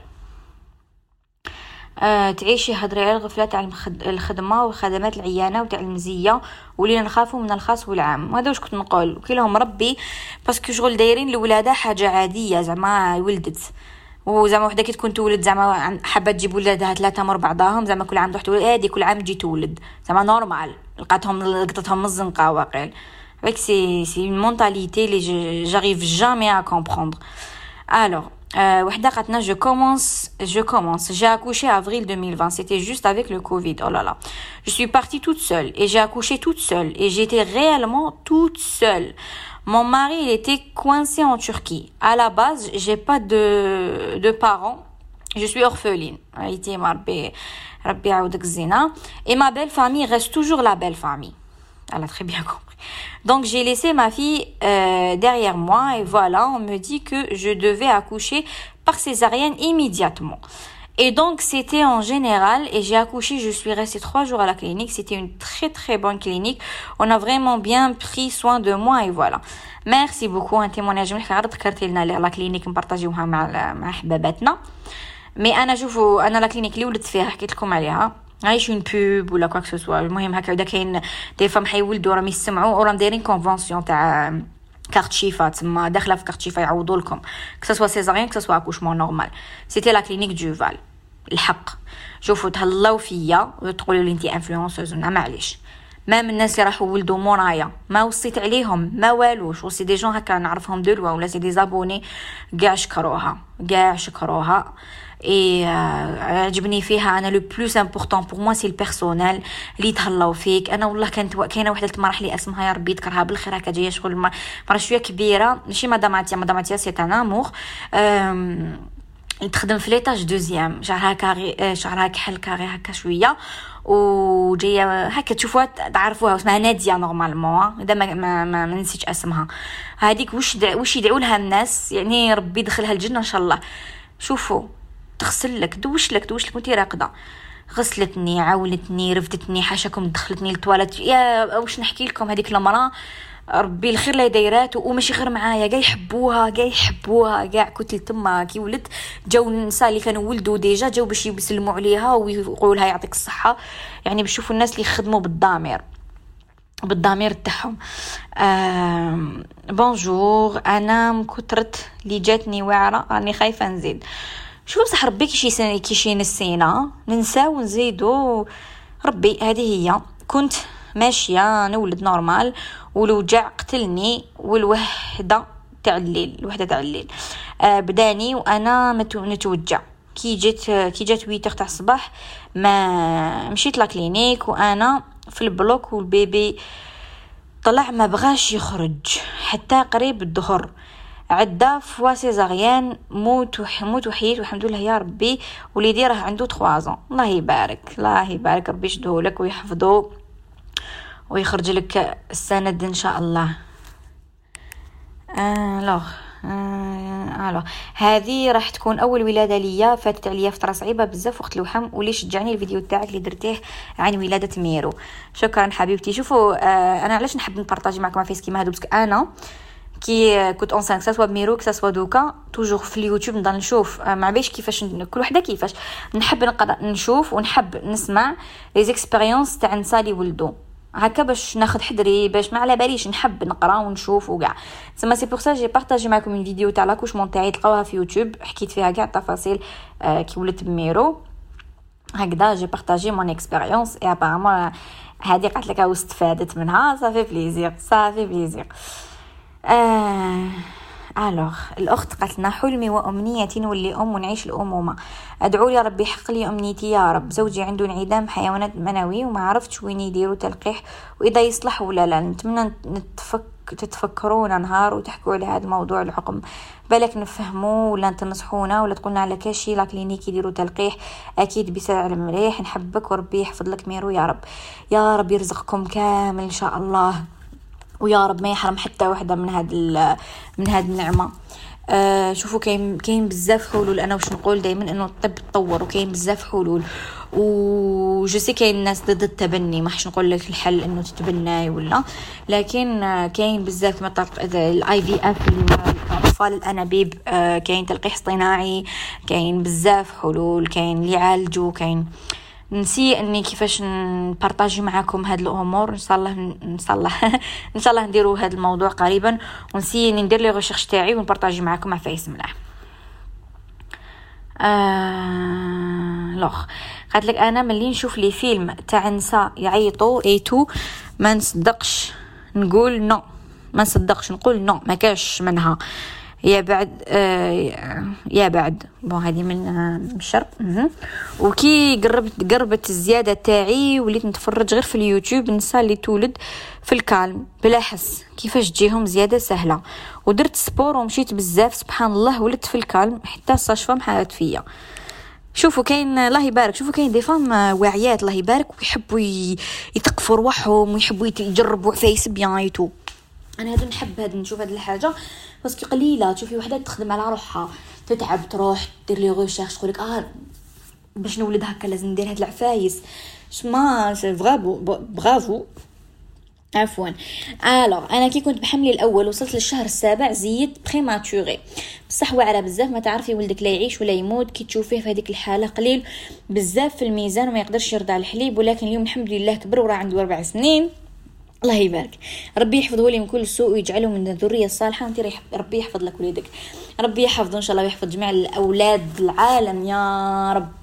أه تعيشي هضري على الغفله تاع الخدمه وخدمات العيانه وتاع المزيه ولينا نخافوا من الخاص والعام. وهذا واش كنت نقول كي لهم ربي باسكو شغل دايرين الولاده حاجه عاديه زعما ولدت وزعما وحده كي تكون تولد زعما حابه تجيب ولادها ثلاثه مر بعضهم زعما كل عام تروح تولد هذه كل عام تجي تولد زعما نورمال لقاتهم لقطتهم من الزنقه واقيل. avec c'est c'est une mentalité les j'arrive jamais à comprendre. Alors euh وحده قالتنا je commence je commence j'ai accouché avril deux mille vingt, c'était juste avec le Covid. Oh là là, je suis partie toute seule et j'ai accouché toute seule et j'étais réellement toute seule. Mon mari il était coincé en Turquie. À la base j'ai pas de de parents, je suis orpheline. Haïti marbi rabbi yaoudek zina. Et ma belle famille reste toujours la belle famille. Elle a très bien compris. Donc j'ai laissé ma fille euh, derrière moi et voilà, on me dit que je devais accoucher par césarienne immédiatement. Et donc c'était en général et j'ai accouché, je suis restée trois jours à la clinique. C'était une très très bonne clinique. On a vraiment bien pris soin de moi et voilà. Merci beaucoup. Un témoignage مليح غير ذكرتي لنا على كلينيك نبارطاجيوها مع مع حباباتنا. مي انا شوفوا انا لا كلينيك اللي ولدت فيها حكيت لكم عليها عايش اون بوب ولا كواك سوسوا. المهم هكا ودا كاين دي فام حيولدوا راهم يسمعوا وراهم دايرين كونفونسيون تاع كارت شيفا تما داخله في كارت شيفا يعوضوا لكم كسوا سيزاريان كسوا اكوشمون نورمال. سيتي لا كلينيك دو فال. الحق شوفوا تهلاو فيا وتقولوا لي انتي انفلونسوز ما معليش ما من الناس اللي راحوا ولدوا مورايا ما وصيت عليهم ما والوش وصي دي جون هكا نعرفهم دو لوا ولا سي دي زابوني كاع شكروها كاع شكروها. اي عجبني فيها انا لو بلوس امبورطون بور موا سي البيرسونيل اللي تهلاو فيك. انا والله كانت كاينه وحده ما راح لي اسمها يا ربي يذكرها بالخير هكا جايه شغل مرة شويه كبيره ماشي مدام عتيا مدام عتيا سي ان امور تخدم في ليطاج دوزيام شعرها كاري شعرها كحل كاري هكا شويه وجايه هكا تشوفوها تعرفوها اسمها ناديه نورمالمون اذا ما ما, ما نسيتش اسمها. هذيك واش دع واش يدعوا لها الناس يعني ربي يدخلها الجنه ان شاء الله. شوفوا تغسل لك دوش لك دوش لك وانتي راقده غسلتني عاونتني رفدتني حاشاكم دخلتني للتواليت يا واش نحكي لكم. هذيك المراه ربي الخير لا دايرات وماشي غير معايا كاع يحبوها كاع يحبوها كاع كنت تما كي ولدت جاو النساء اللي كانوا ولدوا ديجا جاو باش يسلموا عليها ويقولوا لها يعطيك الصحه يعني باش يشوفوا الناس اللي يخدموا بالضمير بالضمير تاعهم. بونجور انا مكثرت اللي جاتني واعره راني خايفه نزيد. شوف بصح ربي كيشي كيشي نسينا ننساو ونزيدو ربي. هذه هي كنت ماشيه نولد نورمال والوجع قتلني والوحده تاع الليل الوحده تاع الليل آه بداني وانا نتوجع. كي جيت كي جات ثمانية تاع الصباح ما مشيت لا كلينيك وانا في البلوك والبيبي طلع ما بغاش يخرج حتى قريب الظهر. عدا فوا سيزاريان موت وحموت وحيد والحمد لله يا ربي. وليدي راه عنده ثلاثة ans. الله يبارك الله يبارك ربي يشدوه لك ويحفظه ويخرج لك السند ان شاء الله. الوغ آه... الو هذه راح تكون اول ولاده ليا، فاتت عليا فتره صعيبه بزاف وقت الوحم، واللي شجعني الفيديو تاعك اللي درتيه عن ولاده ميرو. شكرا حبيبتي. شوفوا آه انا علاش نحب نبارطاجي معكم فيس كيما هادو، باسكو انا كي كنت اون سانك سوا بميرو كسوا دوكا توجور في اليوتيوب نضل نشوف مع باش كيفاش كل وحده كيفاش نحب نقرا نشوف ونحب نسمع لي زيكسبيريونس تاع الناس اللي ولدوا هكا باش ناخذ حذري، باش ما على باليش نحب نقرا ونشوف وكاع. سما سي بور سا جي بارطاجي معكم اون فيديو تاع لاكوشمون تاعي، تلقاوها في يوتيوب، حكيت فيها كاع التفاصيل آه كي ولدت بميرو هكذا. جي بارطاجي مون اكسبيريونس اي ابارامون هذه قالت لك واستفادت منها، صافي بليزير صافي بليزير. آه... الوغ الاخت قالت لنا حلمي وامنيتي نولي ام ونعيش الامومه، ادعو لي ربي يحقق لي امنيتي يا رب. زوجي عنده انعدام حيوانات منوي وما عرفتش وين يديروا تلقيح واذا يصلح ولا لا. نتمنى نتفك تتفكرونا نهار وتحكوا على هذا الموضوع الحكم، بالك نفهموا ولا تنصحونا ولا تقولنا على كاشي لا كلينيك يديروا تلقيح اكيد بسعر مليح. نحبك وربي يحفظ لك ميرو يا رب. يا رب يرزقكم كامل ان شاء الله، ويا رب ما يحرم حتى وحده من هاد من هاد النعمه. آه شوفوا كاين كاين بزاف حلول. انا واش نقول دائما انه الطب تطور وكاين بزاف حلول، و جو سي كاين ناس ضد التبني، ما حش نقول لك الحل انه تتبناي ولا، لكن آه كاين بزاف كما الاي في اف اللي اطفال الانابيب، آه كاين تلقيح اصطناعي، كاين بزاف حلول، كاين اللي يعالجوا، كاين نسي اني كيفاش نبارطاجي معكم هاد الامور. ان شاء الله ان شاء الله ان شاء الله نديروا هذا الموضوع قريبا، ونسي اني ندير لي ريشيرش تاعي ونبارطاجي معكم مع فايس ملاح. آه... لوخ قالت لك انا ملي نشوف لي فيلم تاع نساء يعيطوا ايتو ما نصدقش، نقول نو ما نصدقش، نقول نو ما كاش منها يا بعد آه يا بعد بون هذه من آه الشرق. وكي قربت قربت الزياده تاعي وليت نتفرج غير في اليوتيوب النساء اللي تولد في الكالم بلا حس كيفاش تجيهم زياده سهله، ودرت سبور ومشيت بزاف سبحان الله ولدت في الكالم حتى الصشفه محالت فيا. شوفوا كاين الله يبارك، شوفوا كاين دي فام واعيات الله يبارك ويحبوا يتقفوا رواحهم ويحبوا يجربوا فايس بيان ايتو. انا هذا نحب هذا نشوف هذه الحاجه باسكو قليله تشوفي وحده تخدم على روحها تتعب تروح دير لي ريشيرش تقول لك اه باش نولد هكا لازم ندير هاد العفايس شما برافو برافو عفوا. الوغ انا كي كنت بحملي الاول وصلت للشهر السابع زيد بريماتوري بصح واعره بزاف ما تعرفي ولدك لا يعيش ولا يموت كي تشوفيه في هذيك الحاله قليل بزاف في الميزان وما يقدرش يرضع الحليب، ولكن اليوم الحمد لله كبر وراه عنده أربع سنين الله يبارك. ربي يحفظه لي من كل سوء ويجعله من الذريه الصالحه. انت ربي يحفظ لك وليدك، ربي يحفظه ان شاء الله ويحفظ جميع الاولاد العالم يا رب.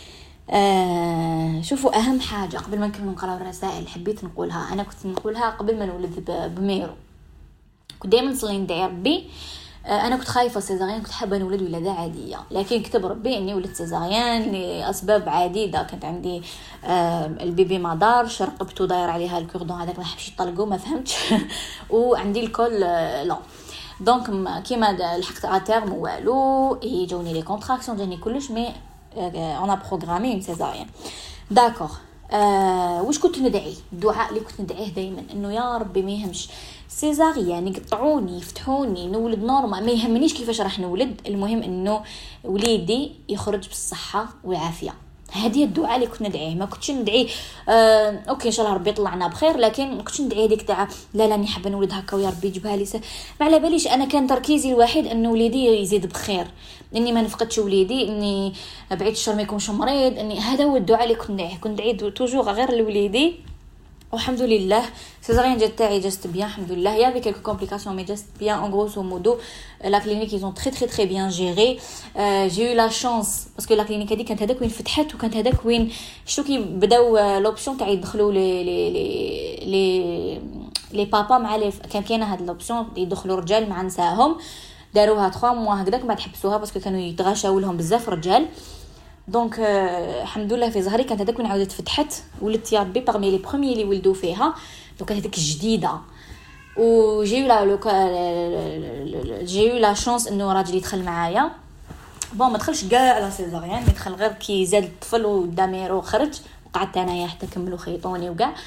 آه شوفوا اهم حاجه قبل ما نكمل نقرا الرسائل حبيت نقولها، انا كنت نقولها قبل ما نولد بميرو، كنت دائما نصلي ندعي ربي. آه انا كنت خايفه سيزاريان، كنت حابه نولد ولاده عاديه، لكن كتب ربي اني ولدت سيزاريان لاسباب عديده. كانت عندي آه البيبي ما دارش، رقبته داير عليها الكوردون هذاك ما حبش يطلقوا ما فهمتش وعندي الكل آه لا دونك كيما لحقت اتيرم والو يجوني لي كونتراكسيون جاني كلش مي انا بروغرامي اون سيزاريان داكور. آه واش كنت ندعي الدعاء اللي كنت ندعيه دائما انه يا ربي ما يهمش سيزاريان يقطعوني يفتحوني نولد نورمال، ما يهمنيش كيفاش راح نولد، المهم انه وليدي يخرج بالصحه والعافيه. هذه الدعاء اللي كنت ندعيه، ما كنتش ندعي آه اوكي ان شاء الله ربي يطلعنا بخير، لكن ما كنتش ندعي هذيك تاع لا لا اني حابه نولد هكا ويا ربي يجيبها لي س... ما على باليش. انا كان تركيزي الوحيد انه وليدي يزيد بخير، اني ما نفقدش وليدي، اني بعيد الشر ما يكونش مريض، اني هذا هو الدعاء اللي كنت ندعيه. كنت ندعي توجور غير لوليدي والحمد لله سيزاريان جات تاعي جاست بيان الحمد لله. يا في quelques complications mais جاست بيان en grosso modo la clinique ils ont très très très bien géré. euh, j'ai eu la chance parce que la clinique هذه كانت هذاك وين فتحت وكانت هذاك وين شتو كي بداو لوبسيون تاع يدخلوا لي لي لي لي لي بابا مع لي كان كاينه هاد لوبسيون يدخلوا رجال مع نساهم، داروها ثلاثة موا هكذاك بعد حبسوها باسكو كانوا يتغاشاو لهم بزاف رجال. دونك آه الحمد لله في ظهري كانت هذاك وين عاودت فتحت ولدت يا ربي باغمي لي بروميي اللي ولدوا فيها، دونك هذيك جديده. و جي لا لو جي لا شانس انه راجلي يدخل معايا بون ما دخلش كاع على سيزاريان، دخل غير كي زاد الطفل وداميرو خرج وقعدت انايا حتى كملوا خيطوني وكاع.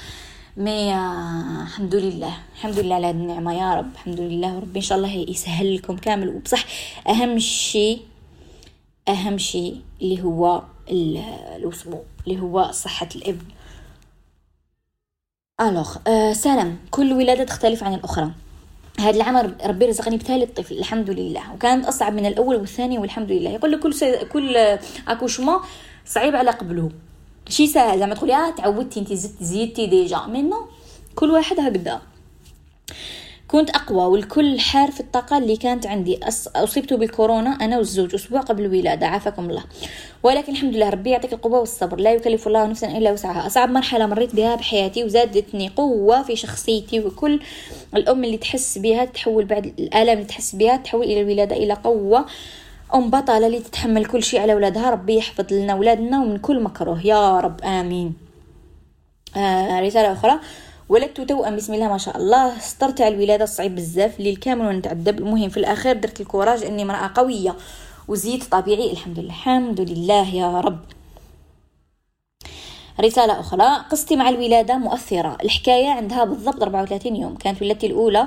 مي آه الحمد لله الحمد لله على هذه النعمه يا رب. الحمد لله وربي ان شاء الله يسهل لكم كامل. وبصح اهم شيء اهم شيء اللي هو الوصول اللي هو صحه الابن. الوغ آه سلام. كل ولاده تختلف عن الاخرى. هذا العام ربي رزقني بثالث طفل الحمد لله، وكانت اصعب من الاول والثاني والحمد لله. يقول لك كل سي... كل اكوشمون صعيب على قبله، شي ساهل زعما تقولي اه تعودتي انت زدتي زيدتي ديجا منو. كل واحد هكذا. كنت اقوى والكل حار في الطاقه اللي كانت عندي. اصبت بالكورونا انا والزوج اسبوع قبل الولاده عافاكم الله، ولكن الحمد لله ربي يعطيك القوه والصبر. لا يكلف الله نفسا الا وسعها. اصعب مرحله مريت بها بحياتي وزادتني قوه في شخصيتي. وكل الام اللي تحس بها تحول بعد الالم اللي تحس بها تحول الى الولاده الى قوه. ام بطله اللي تتحمل كل شيء على اولادها. ربي يحفظ لنا اولادنا ومن كل مكروه يا رب امين. آه رساله اخرى. ولدت توأم بسم الله ما شاء الله. استرت على الولاده صعيب بزاف للكامل ونتعذب. المهم في الاخير درت الكوراج اني امراه قويه وزيد طبيعي الحمد لله. الحمد لله يا رب. رساله اخرى. قصتي مع الولاده مؤثره. الحكايه عندها بالضبط أربعة وثلاثين يوم. كانت ولادتي الاولى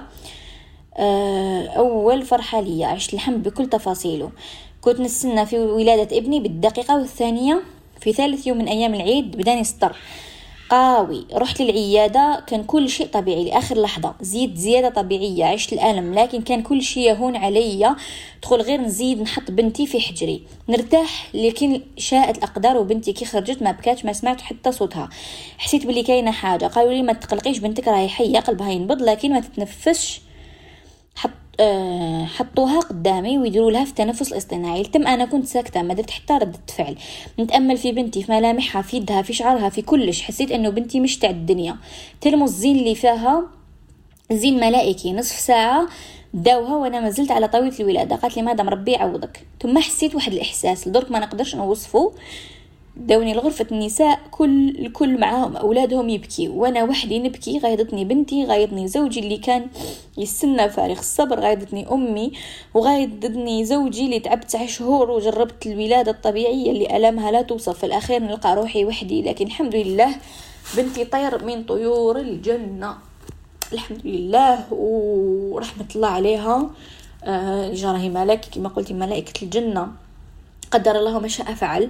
اول فرحه لي. عشت الحمل بكل تفاصيله. كنت نستنى في ولاده ابني بالدقيقه، والثانيه في ثالث يوم من ايام العيد بداني سطر قاوي. رحت للعيادة كان كل شيء طبيعي لآخر لحظة. زيد زيادة طبيعية. عشت الألم لكن كان كل شيء يهون علي. دخل غير نزيد نحط بنتي في حجري نرتاح. لكن شاءت الأقدار وبنتي كي خرجت ما بكاتش ما سمعت حتى صوتها. حسيت بلي كاينة حاجة. قالوا لي ما تقلقيش بنتك راهي حية قلبها ينبض لكن ما تتنفسش. حط أه حطوها قدامي ويديروا لها في التنفس الاصطناعي. تم انا كنت ساكته ما درت حتى ردة فعل. نتامل في بنتي في ملامحها في يدها في شعرها في كلش. حسيت انه بنتي مش تاع الدنيا. تلمس الزين اللي فيها زين ملائكي. نصف ساعه داوها وانا ما زلت على طاوله الولاده. قالت لي مادام ربي يعوضك. ثم حسيت واحد الاحساس لدرك ما نقدرش نوصفه. داوني لغرفة النساء كل الكل معاهم أولادهم يبكي وأنا وحدي نبكي. غايضتني بنتي غايضني زوجي اللي كان يستنى فارغ الصبر. غايضتني أمي وغايضتني زوجي اللي تعبت تسع شهور وجربت الولادة الطبيعية اللي ألمها لا توصف. في الأخير نلقى روحي وحدي لكن الحمد لله بنتي طير من طيور الجنة الحمد لله ورحمة الله عليها. آه جراهي ملائكة كما قلت ملائكة الجنة. قدر الله ما شاء فعل.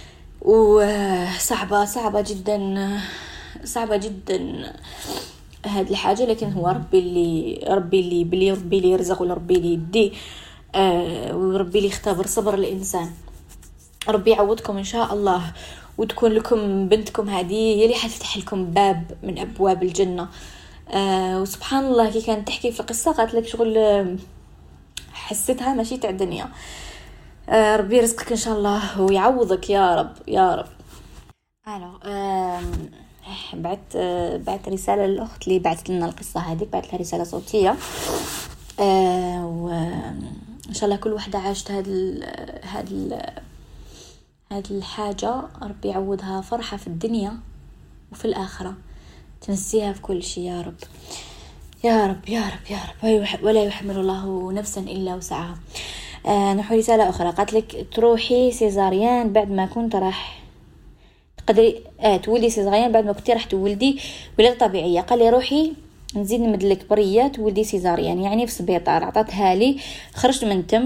وصعبة صعبة جدا صعبة جدا هذه الحاجة لكن هو ربي اللي ربي اللي بلي ربي اللي يرزق وربي اللي يدي آه وربي اللي يختبر صبر الإنسان. ربي يعوضكم إن شاء الله وتكون لكم بنتكم هذه هي اللي حتفتح لكم باب من أبواب الجنة. آه وسبحان الله كي كانت تحكي في القصة قالت لك شغل حسيتها ماشي تاع الدنيا. آه ربي يرزقك ان شاء الله ويعوضك يا رب يا رب. الو آه بعت آه بعت رساله للاخت اللي بعثت لنا القصه هذه. بعت لها رساله صوتيه. آه وان شاء الله كل وحده عاشت هذه هذه هذه الحاجه ربي يعوضها فرحه في الدنيا وفي الاخره. تنسيها في كل شيء يا رب يا رب يا رب يا رب. ولا يحمل الله نفسا الا وسعها. آه نحو رسالة أخرى. قالت لك تروحي سيزاريان بعد ما كنت راح تقدري آه تولدي سيزاريان بعد ما كنتي راح تولدي ولادة طبيعية. قال لي روحي نزيد نمدلك بريات تولدي سيزاريان يعني في سبيطار. عطاتها لي خرجت من تم.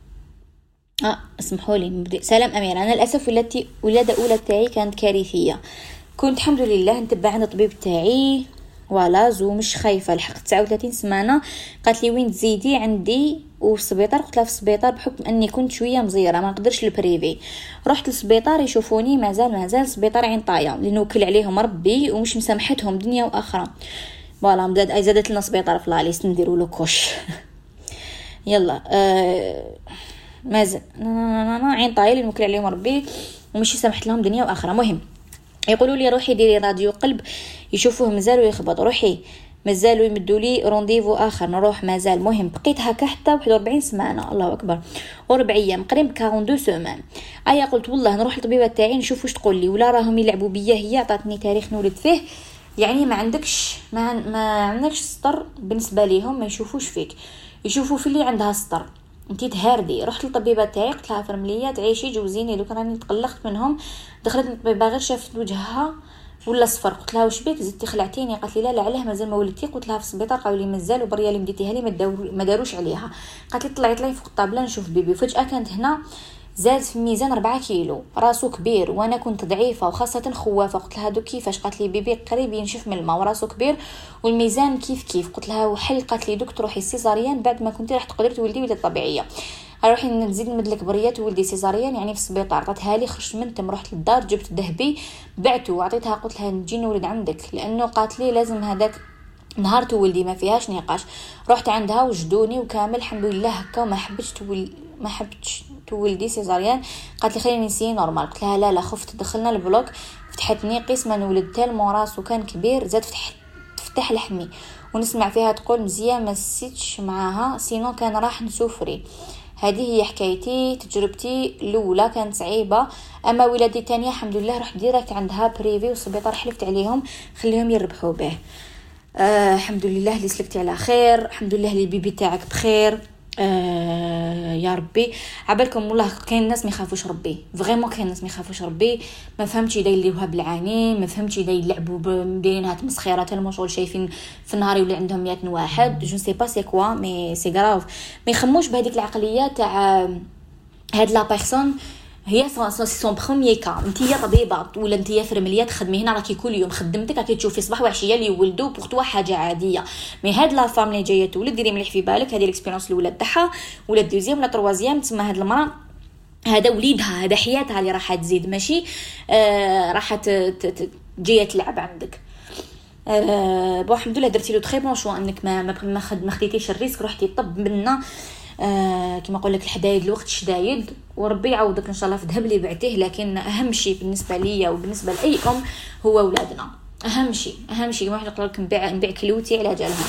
اه اسمحوا لي. سلام أميرة. أنا للأسف ولادتي ولادة أولى تاعي كانت كارثية. كنت الحمد لله نتبع عند الطبيب تاعي ولا زو مش خايفه. لحقت تسعة وثلاثين سمانه. قالت لي وين تزيدي عندي وفي السبيطار. قلت لها في السبيطار بحكم اني كنت شويه مزيره ما نقدرش البريفي. رحت للسبيطار يشوفوني مازال مازال السبيطار عين طايه لانه وكل عليهم ربي ومش مسامحتهم دنيا واخره. فوالا مداد اي زادت لنا سبيطار في لاليس نديروا له كوش. يلا آه مازال عين طايه لانه وكل عليهم ربي ومش سامحت لهم دنيا واخره. مهم يقولوا لي روحي ديري راديو قلب يشوفوه مازال ويخبط. روحي مازالوا يمدوا لي رونديفو اخر نروح مازال. مهم بقيت هكا حتى واحد وأربعين سمانه الله اكبر وربع ايام قريب أربعة وأربعين سمان. ايا قلت والله نروح للطبيبه تاعي نشوف واش تقول لي ولا راهم يلعبوا بيا. هي عطاتني تاريخ نولد فيه يعني ما عندكش ما, ما عندكش سطر بالنسبه ليهم ما يشوفوش فيك يشوفوا في اللي عندها سطر. انتي تهاردي. رحت للطبيبه تاعي قلت لها فرمليه تعيشي جوزيني دوك راني تقلقت منهم. دخلت الطبيبه غير شافت وجهها ولا صفر. قلت لها واش بيك زدتي خلعتيني؟ قالت لي لا لا علاه مازال ما ولدتي. قلت لها في السبيطار قالوا لي مازال وبريه اللي مديتيها لي ما داروش عليها. قالت لي طلعي طلعي فوق الطابله نشوف بيبي. فجاه كانت هنا زاد في الميزان أربعة كيلو، راسو كبير وانا كنت ضعيفه وخاصه خوافه. قلت لها هادو كيفاش؟ قالت لي بيبي قريب ينشف من الماء وراسو كبير والميزان كيف كيف. قلت لها وحل؟ قالت لي دوك تروحي سيزاريان بعد ما كنتي راح تقدري تولدي ولاده طبيعيه. روحي نزيد نمد لك بريات وولدي سيزاريان يعني في السبيطار. عطاتها لي خرجت من تم رحت للدار جبت ذهبي بعته وعطيتها. قلت لها نجي نولد عندك لانه قالت لي لازم هذاك نهار تولدي ما فيهاش نقاش. رحت عندها وجدوني وكامل الحمد لله هكا وما حبتش تول ما حبتش تولدي سيزاريان. قالت لي خليني نسي نورمال. قلت لها لا لا خفت. دخلنا البلوك فتحتني قسمه نولد تالمو راسو كان كبير زاد فتح تفتح لحمي ونسمع فيها تقول مزيان ما نسيتش معاها سينو كان راح نسوفري. هذه هي حكايتي تجربتي الاولى كانت صعيبه. اما ولادي الثانيه الحمد لله رحت ديريكت عندها بريفي والسبيطار حلفت عليهم خليهم يربحوا به. آه الحمد لله اللي سلكتي على خير. الحمد لله اللي البيبي تاعك بخير. آه يا ربي. عبالكم والله كاين الناس ما يخافوش ربي فريمون كاين الناس ما يخافوش ربي. ما فهمتش يديروها بالعاني ما فهمتش يلعبوا بدينها تمسخيره تما شغل شايفين في النهار يولي عندهم مية واحد جو سي با سي كوا مي سي غراف. ما يخموش بهذيك العقليه تاع هاد لا بيرسون هي سون بروميير كا. نتيا طبيبه ولا نتيا فرمليه تخدمي هنا راكي كل يوم خدمتك راكي تشوفي صباح وعشيه اللي يولدوا بوغتوا حاجه عاديه. مي هاد لا فام اللي جايه تولد ديري مليح في بالك هذه الاكسبيريونس الاولى تاعها ولا الدوزيام ولا التروازيام تسمى هاد المراه هذا وليدها هذا حياتها اللي راح تزيد ماشي آه راح جايه تلعب عندك. آه بو الحمد لله درتي لو تري بون شو انك ما ما ما خديتيش الريسك رحتي طب منا آه كما نقول لك الحدايد الوقت شدايد وربي يعوضك ان شاء الله في الذهب اللي بعتيه. لكن اهم شيء بالنسبه ليا وبالنسبه لاي ام هو اولادنا. اهم شيء اهم شيء ما واحد يقول لك نبيع نبيع كلوتي على جالها.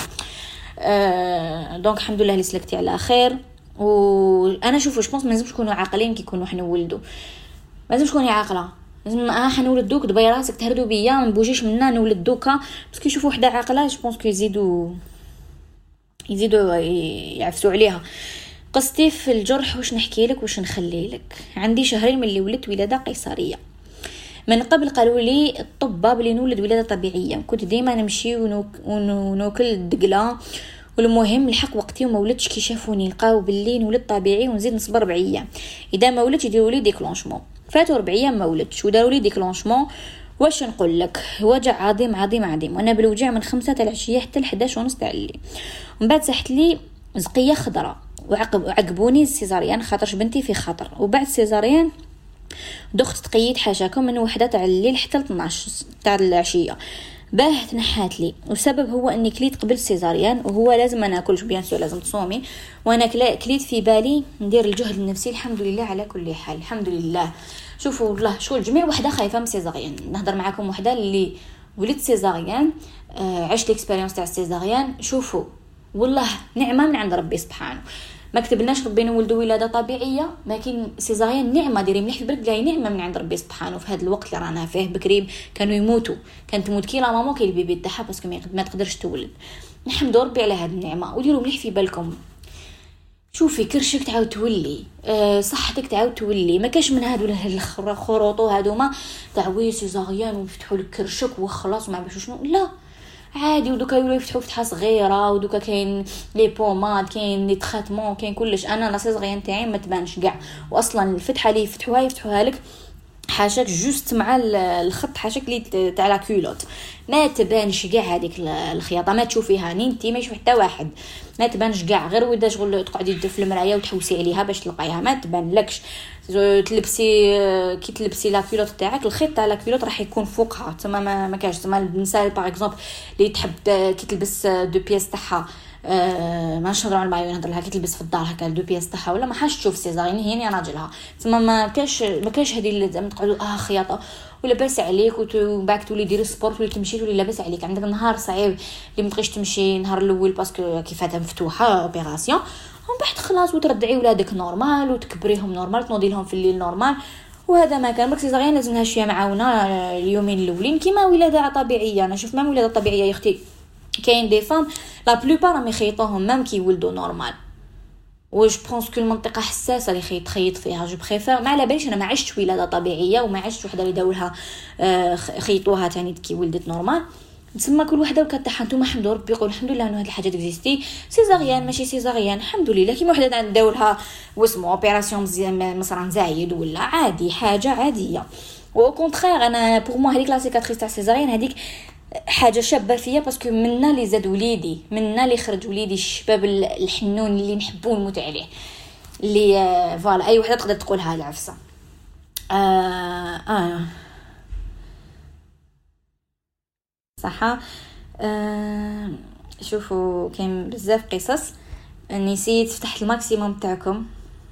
آه دونك الحمد لله اللي سلكتي على خير. وانا شوفوا جو بونس ما لازمش نكونوا عاقلين كي يكونوا حنا نولدوا. ما لازمش تكوني عاقله لازم اه حنولد دوك دبي راسك تهردوا بيا ما نبوجيش منا نولد دوكا بس كي يشوفوا وحده عاقله جو بونس كي يزيدوا يزيدوا يعفسوا عليها. قصتي في الجرح واش نحكي لك واش نخلي لك. عندي شهرين من اللي ولدت ولاده قيصريه. من قبل قالوا لي الطباب اللي نولد ولاده طبيعيه. كنت ديما نمشي ونوكل الدقله والمهم الحق وقتي وما ولدتش. كي شافوني لقاو باللي نولد طبيعي ونزيد نصبر ربع ايام. اذا ما ولدتش يديروا لي ديكلونشمون. فاتوا ربع ايام ما ولدتش وداروا لي ديكلونشمون. واش نقول لك وجع عظيم عظيم عظيم وانا بالوجع من خمسة تاع العشيه حتى الحداش ونص تاع الليل. ومن بعد صحت لي زقيه خضراء وعقب عقبوني السيزاريان خاطرش بنتي في خطر. وبعد السيزاريان دخت تقيد حاشاكم من وحده تاع الليل حتى اثناش تاع العشيه. باه تنحات لي والسبب هو اني كليت قبل السيزاريان وهو لازم ما ناكلش بيان سور لازم تصومي. وانا كليت في بالي ندير الجهد النفسي الحمد لله على كل حال الحمد لله. شوفوا والله شغل جميع وحده خايفه من السيزاريان. نهضر معكم وحده اللي ولدت سيزاريان آه عشت الاكسبيريونس تاع السيزاريان. شوفوا والله نعمه من عند ربي سبحانه. ما كتبناش ربي نولدوا ولاده طبيعيه لكن سيزاريان نعمه ديري مليح في بالك جاي نعمه من عند ربي سبحانه. في هذا الوقت اللي رانا فيه بكري كانوا يموتوا كانت تموت كي لا ماما كي البيبي تاعها باسكو ما تقدرش تولد. نحمدوا ربي على هذه النعمه وديروا مليح في بالكم. شوفي كرشك تعاود تولي أه صحتك تعاود تولي. ما كاش من هادو الخروط هادوما تاع وي سيزاريان ويفتحوا لك كرشك وخلاص وما عرفش شنو لا عادي. ودوكا يولوا يفتحوا فتحه صغيره ودوكا كاين لي بوماد كاين لي تريتمون كاين كلش. انا لا سيزاريان تاعي ما تبانش كاع واصلا الفتحه اللي يفتحوها يفتحوها لك حاشاك جوست مع الخط حاشاك لي تاع لا كولوت ما تبانش كاع هذيك الخياطه ما تشوفيها ني انت ما يشوف حتى واحد ما تبانش كاع غير ودا شغل تقعدي في المرايه وتحوسي عليها باش تلقايها ما تبان لكش. تلبسي كي تلبسي لا كولوت تاعك الخيط تاع لا كولوت راح يكون فوقها تما ما, ما كاش تما النساء باغ اكزومبل اللي تحب كي تلبس دو بياس تاعها أه ما نهضروا على المايو نهضر لها كي تلبس في الدار هكا دو بياس تاعها ولا ما حاش تشوف سيزارين هي راجلها تما ما كاش ما كاش هذه اللي تقعدوا اه خياطه ولا باس عليك وباك تولي ديري سبورت ولا تمشي تولي لاباس عليك. عندك نهار صعيب اللي ما تقدريش تمشي نهار الاول باسكو كيفاتها مفتوحه اوبيراسيون ومن بعد خلاص وترضعي ولادك نورمال وتكبريهم نورمال تنوضي لهم في الليل نورمال. وهذا ما كان برك سيزارين لازمها شويه معاونه اليومين الاولين كيما ولاده طبيعيه. انا شوف ما ولاده طبيعيه يا اختي كاين دي فام لا بلوبار راهم يخيطوهم مام كي يولدوا نورمال واش بونس كل منطقه حساسه اللي خيط خيط فيها. جو بريفير ما على باليش، انا ما عشت ولاده طبيعيه وما عشت وحده اللي داولها خيطوها تاني كي ولدت نورمال. تسمى كل وحده وكتاعها. نتوما الحمد ربي يقول الحمد لله انه هاد الحاجه اكزيستي. سيزاريان ماشي سيزاريان الحمد لله، كيما وحده داولها واسمو اوبيراسيون مزيان مصران زايد ولا عادي، حاجه عاديه. او كونترير انا بور مو هذيك لا سيكاتريس تاع سيزاريان هذيك حاجه شابه فيا، باسكو منا اللي زاد وليدي، منا اللي خرج وليدي الشباب الحنون اللي نحبو ونموت عليه، اللي فوالا اي وحده تقدر تقولها العفسه. آه آه صح. آه شوفوا كاين بزاف قصص، نسيت فتحت الماكسيموم تاعكم.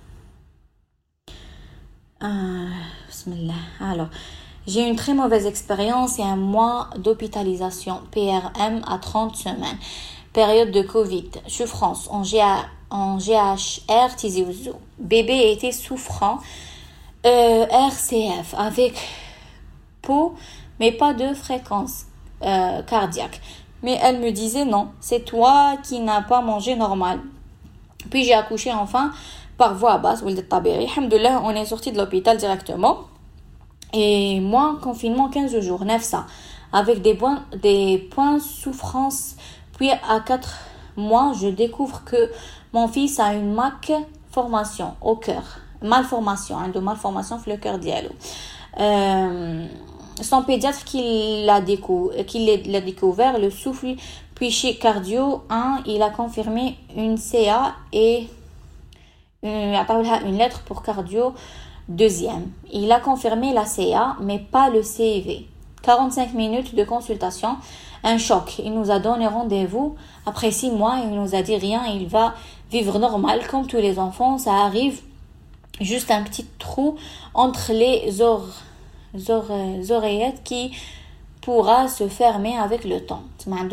آه بسم الله. alors j'ai une très mauvaise expérience et un mois d'hospitalisation P R M à trente semaines, période de Covid, souffrance en G A, en G H R Tizi Ouzou. Bébé était souffrant, euh, R C F avec peau mais pas de fréquence euh, cardiaque. Mais elle me disait non, c'est toi qui n'as pas mangé normal. Puis j'ai accouché enfin par voie basse, ولدت طبيعي. الحمد لله on est sorti de l'hôpital directement. Et moi, confinement quinze jours, neuf ça, avec des points, des points souffrance. Puis à quatre mois, je découvre que mon fils a une malformation au cœur. Malformation, hein, de malformation sur le cœur dialo. Euh, son pédiatre qui l'a, décou- qui l'a découvert, le souffle, puis chez cardio un, il a confirmé une C A et une, une lettre pour cardio. Deuxième, il a confirmé la C A, mais pas le C I V. quarante-cinq minutes de consultation, un choc. Il nous a donné rendez-vous. Après six mois, il nous a dit rien, il va vivre normal, comme tous les enfants. Ça arrive, juste un petit trou entre les or- or- oreillettes qui pourra se fermer avec le temps.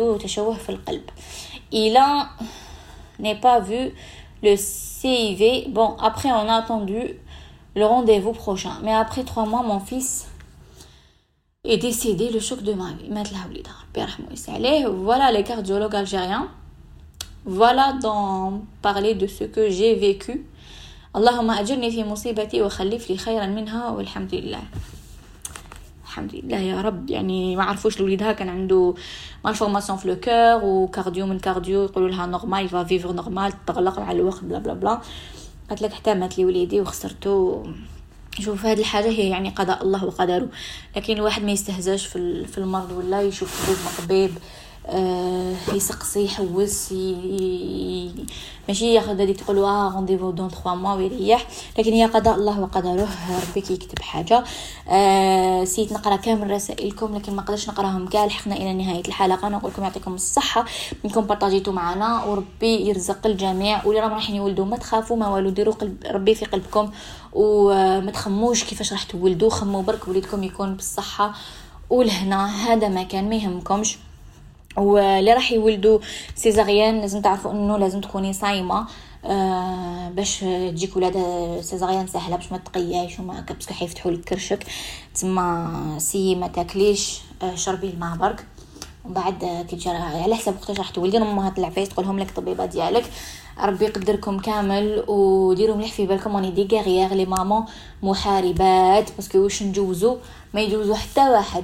Il a n'est pas vu le C I V. Bon, après on a attendu le rendez-vous prochain. Mais après trois mois, mon fils est décédé. Le choc de ma vie. Voilà les cardiologues algériens. Voilà d'en parler de ce que j'ai vécu. Allahumma ajirni fi musibati wa khallif li khayran minha walhamdu lillah. الحمد لله يا رب. يعني ما عرفوش لوليدها كان عنده malformation في le cœur وكارديو من كارديو يقولوا لها نورمال va vivre normal، تغلق مع الوقت بلا بلا بلا. قالت لك حتى مات لي وليدي وخسرته. شوف هذه الحاجه هي يعني قضاء الله وقدره، لكن الواحد ما يستهزاش في في المرض ولا يشوف دوز طبيب آه يسقسي يحوس ي... ماشي ياخذ هذيك تقول اه رونديفو دون ثلاثة موا ويريح، لكن هي قضاء الله وقدره. ربي كيكتب حاجه. آه سيت نقرا كامل رسائلكم لكن ما قدرش نقراهم كاع. لحقنا الى نهايه الحلقه. نقول لكم يعطيكم الصحه انكم بارطاجيتوا معنا، وربي يرزق الجميع. واللي راهم رايحين يولدوا ما تخافوا ما والو، ديروا قلب ربي في قلبكم وما تخموش كيفاش راح تولدوا. خموا برك وليدكم يكون بالصحه والهنا، هذا ما كان ما يهمكمش. واللي راح يولدوا سيزاريان لازم تعرفوا انه لازم تكوني صايمه آه باش تجيك ولاده سيزاريان سهله، باش ما تقياش وما باسكو حيفتحوا لك كرشك. تما سي ما تاكليش آه شربي الماء برك، ومن بعد كي تجي على حسب وقتاش راح تولدي امهات العفايس تقولهم لك الطبيبه ديالك. ربي يقدركم كامل وديروا مليح في بالكم. اني دي غير لي مامون محاربات، باسكو واش نجوزوا ما يجوزوا حتى واحد،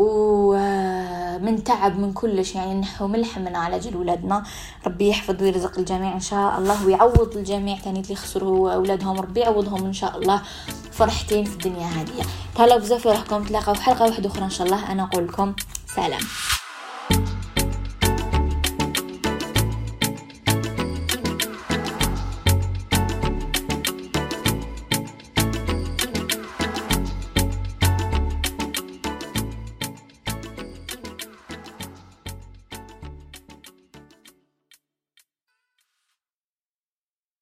ومن تعب من كلش يعني نحو ملح من على جل ولادنا. ربي يحفظ ويرزق الجميع ان شاء الله، ويعوض الجميع تاني اللي خسروا اولادهم. ربي يعوضهم ان شاء الله فرحتين في الدنيا هذه. تهلاو بزاف وراكم تلاقاو في حلقه واحده اخرى ان شاء الله. انا اقول لكم سلام.